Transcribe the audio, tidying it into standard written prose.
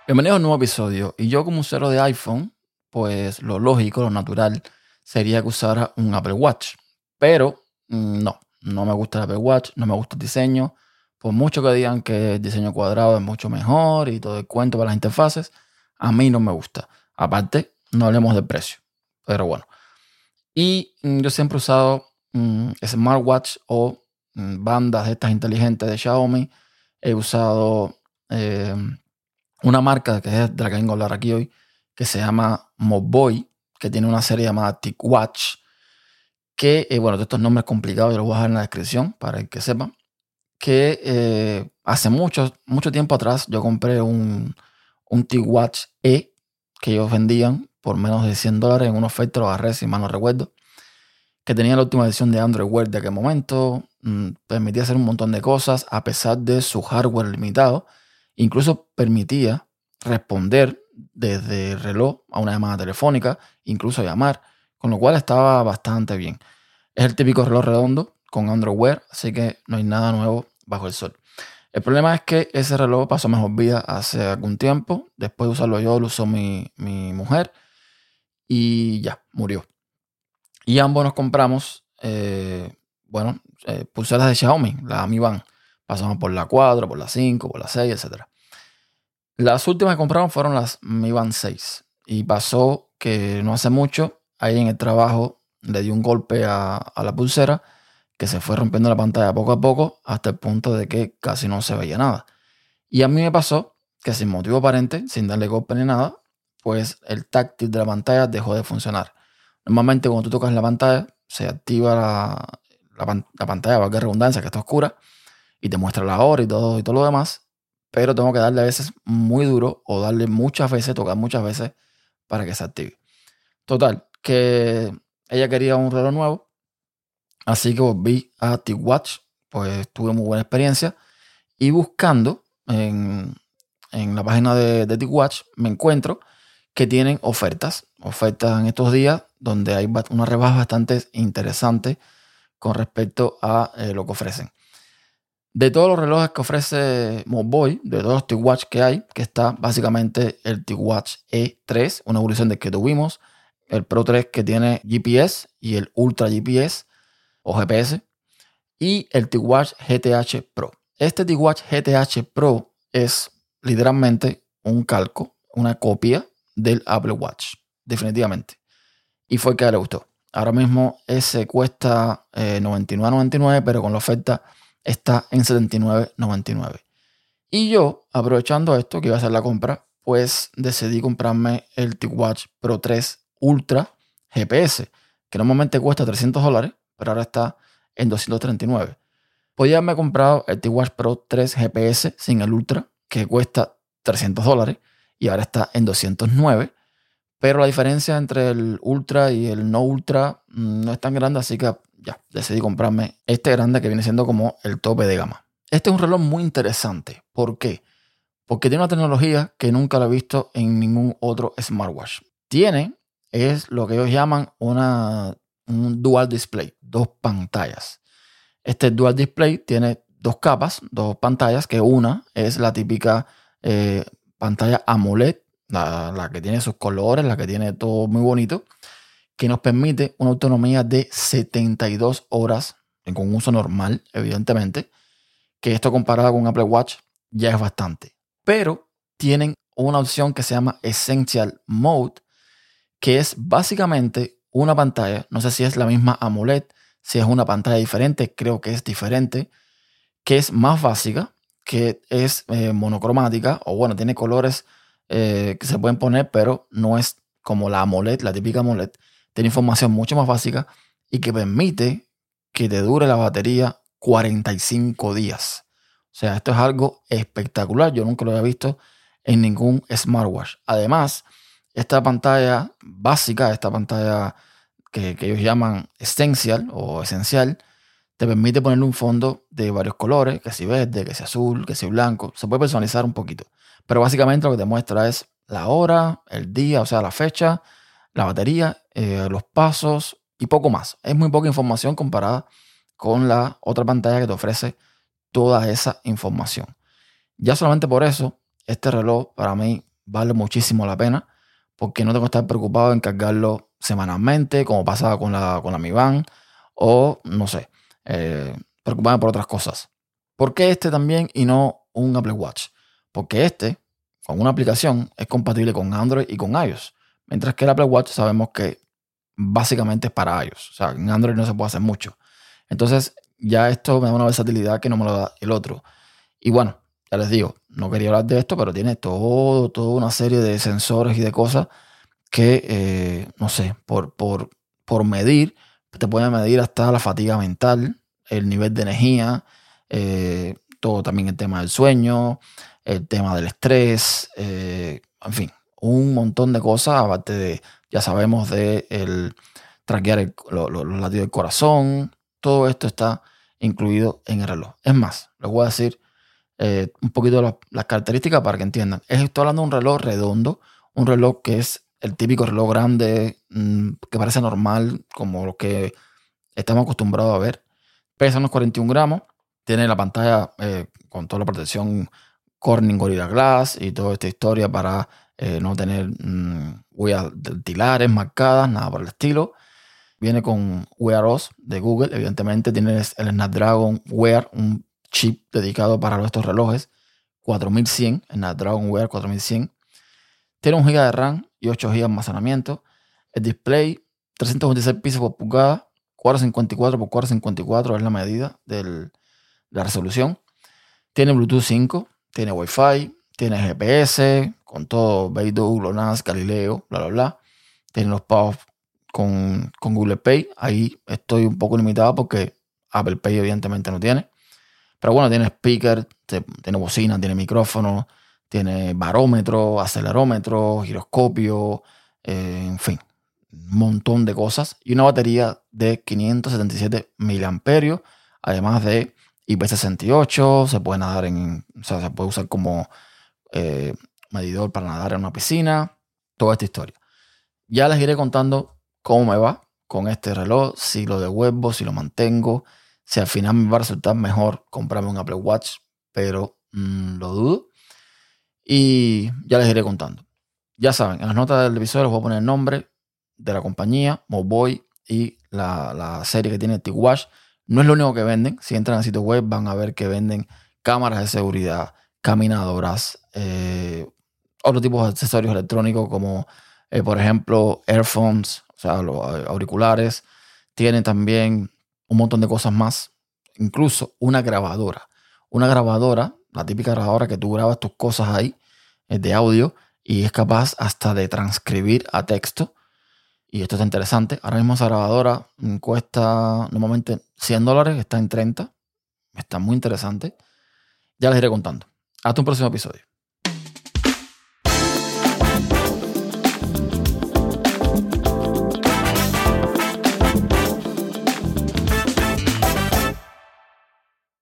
Bienvenido a un nuevo episodio. Y yo como usuario de iPhone, pues lo lógico, lo natural, sería que usara un Apple Watch. Pero no me gusta el Apple Watch, no me gusta el diseño. Por mucho que digan que el diseño cuadrado es mucho mejor y todo el cuento para las interfaces, a mí no me gusta. Aparte, no hablemos del precio. Pero bueno. Y yo siempre he usado smartwatch o bandas de estas inteligentes de Xiaomi. He usado una marca que es de la que vengo a hablar aquí hoy, que se llama Mobvoi, que tiene una serie llamada TicWatch, que, bueno, de estos nombres complicados yo los voy a dejar en la descripción para el que sepa, que hace mucho tiempo atrás yo compré un TicWatch E que ellos vendían por menos de $100 en una oferta, lo agarré si mal no recuerdo, que tenía la última edición de Android Wear de aquel momento, permitía hacer un montón de cosas a pesar de su hardware limitado. Incluso permitía responder desde el reloj a una llamada telefónica, incluso llamar, con lo cual estaba bastante bien. Es el típico reloj redondo con Android Wear, así que no hay nada nuevo bajo el sol. El problema es que ese reloj pasó a mejor vida hace algún tiempo. Después de usarlo yo, lo usó mi mujer y ya, murió. Y ambos nos compramos, pulseras de Xiaomi, la Mi Band. Pasamos por la 4, por la 5, por la 6, etc. Las últimas que compramos fueron las Mi Band 6. Y pasó que no hace mucho, ahí en el trabajo, le di un golpe a la pulsera que se fue rompiendo la pantalla poco a poco hasta el punto de que casi no se veía nada. Y a mí me pasó que sin motivo aparente, sin darle golpe ni nada, pues el táctil de la pantalla dejó de funcionar. Normalmente cuando tú tocas la pantalla, se activa la pantalla, valga redundancia, que está oscura, y te muestra la hora y todo lo demás, pero tengo que darle a veces muy duro o darle muchas veces, tocar muchas veces para que se active. Total, que ella quería un reloj nuevo, así que volví a TicWatch, pues tuve muy buena experiencia, y buscando en la página de TicWatch me encuentro que tienen ofertas en estos días donde hay una rebaja bastante interesante con respecto a lo que ofrecen. De todos los relojes que ofrece Mobvoi, de todos los TicWatch que hay, que está básicamente el TicWatch E3, una evolución del que tuvimos, el Pro 3 que tiene GPS y el Ultra GPS o GPS, y el TicWatch GTH Pro. Este TicWatch GTH Pro es literalmente un calco, una copia del Apple Watch, definitivamente. Y fue el que le gustó. Ahora mismo ese cuesta $99.99, pero con la oferta está en $79.99. Y yo, aprovechando esto, que iba a hacer la compra, pues decidí comprarme el TicWatch Pro 3 Ultra GPS, que normalmente cuesta $300, pero ahora está en $239. Podía haberme comprado el TicWatch Pro 3 GPS sin el Ultra, que cuesta $300 y ahora está en $209. Pero la diferencia entre el Ultra y el no Ultra no es tan grande, así que ya decidí comprarme este grande que viene siendo como el tope de gama. Este es un reloj muy interesante. ¿Por qué? Porque tiene una tecnología que nunca la he visto en ningún otro smartwatch. Es lo que ellos llaman un dual display, dos pantallas. Este dual display tiene dos capas, dos pantallas, que una es la típica pantalla AMOLED, la que tiene sus colores, la que tiene todo muy bonito, que nos permite una autonomía de 72 horas con uso normal, evidentemente, que esto comparado con Apple Watch ya es bastante. Pero tienen una opción que se llama Essential Mode, que es básicamente una pantalla, no sé si es la misma AMOLED, si es una pantalla diferente, creo que es diferente, que es más básica, que es monocromática, o bueno, tiene colores que se pueden poner, pero no es como la AMOLED, la típica AMOLED. Tiene información mucho más básica y que permite que te dure la batería 45 días. O sea, esto es algo espectacular. Yo nunca lo había visto en ningún smartwatch. Además, esta pantalla básica, esta pantalla que ellos llaman Essential o esencial, te permite ponerle un fondo de varios colores, que si verde, que si azul, que si blanco. Se puede personalizar un poquito. Pero básicamente lo que te muestra es la hora, el día, o sea, la fecha, la batería, los pasos y poco más. Es muy poca información comparada con la otra pantalla que te ofrece toda esa información. Ya solamente por eso, este reloj para mí vale muchísimo la pena porque no tengo que estar preocupado en cargarlo semanalmente, como pasaba con la Mi Band, o no sé, preocuparme por otras cosas. ¿Por qué este también y no un Apple Watch? Porque este, con una aplicación, es compatible con Android y con iOS. Mientras que el Apple Watch sabemos que básicamente es para iOS. O sea, en Android no se puede hacer mucho. Entonces, ya esto me da una versatilidad que no me lo da el otro. Y bueno, ya les digo, no quería hablar de esto, pero tiene toda una serie de sensores y de cosas que, no sé, por medir, te pueden medir hasta la fatiga mental, el nivel de energía, todo también el tema del sueño, el tema del estrés, en fin, un montón de cosas, aparte de, ya sabemos, de el traquear los latidos del corazón, todo esto está incluido en el reloj. Es más, les voy a decir un poquito de las características para que entiendan. Estoy hablando de un reloj redondo, un reloj que es el típico reloj grande, que parece normal, como lo que estamos acostumbrados a ver. Pesa unos 41 gramos, tiene la pantalla con toda la protección Corning Gorilla Glass y toda esta historia para no tener huellas dactilares marcadas, nada por el estilo. Viene con Wear OS de Google, evidentemente tiene el Snapdragon Wear, un chip dedicado para estos relojes, 4100, el Snapdragon Wear 4100. Tiene 1 GB de RAM y 8 GB de almacenamiento. El display, 326 píxeles por pulgada, 454 por 454 es la medida de la resolución. Tiene Bluetooth 5, tiene Wi-Fi, tiene GPS, con todo Beidou, GLONASS, Galileo, bla, bla, bla. Tiene los pagos con Google Pay. Ahí estoy un poco limitado porque Apple Pay evidentemente no tiene. Pero bueno, tiene speaker, tiene bocina, tiene micrófono, tiene barómetro, acelerómetro, giroscopio, en fin, un montón de cosas. Y una batería de 577 miliamperios, además de IP68, se puede nadar o sea, se puede usar como medidor para nadar en una piscina, toda esta historia. Ya les iré contando cómo me va con este reloj, si lo devuelvo, si lo mantengo, si al final me va a resultar mejor comprarme un Apple Watch, pero lo dudo. Y ya les iré contando. Ya saben, en las notas del episodio les voy a poner el nombre de la compañía, Mobvoi, y la serie que tiene TicWatch. No es lo único que venden. Si entran al sitio web van a ver que venden cámaras de seguridad, caminadoras, otro tipo de accesorios electrónicos como, por ejemplo, earphones, o sea, los auriculares. Tienen también un montón de cosas más. Incluso una grabadora. Una grabadora, la típica grabadora que tú grabas tus cosas ahí, de audio, y es capaz hasta de transcribir a texto. Y esto está interesante. Ahora mismo esa grabadora cuesta normalmente $100, está en 30. Está muy interesante. Ya les iré contando. Hasta un próximo episodio.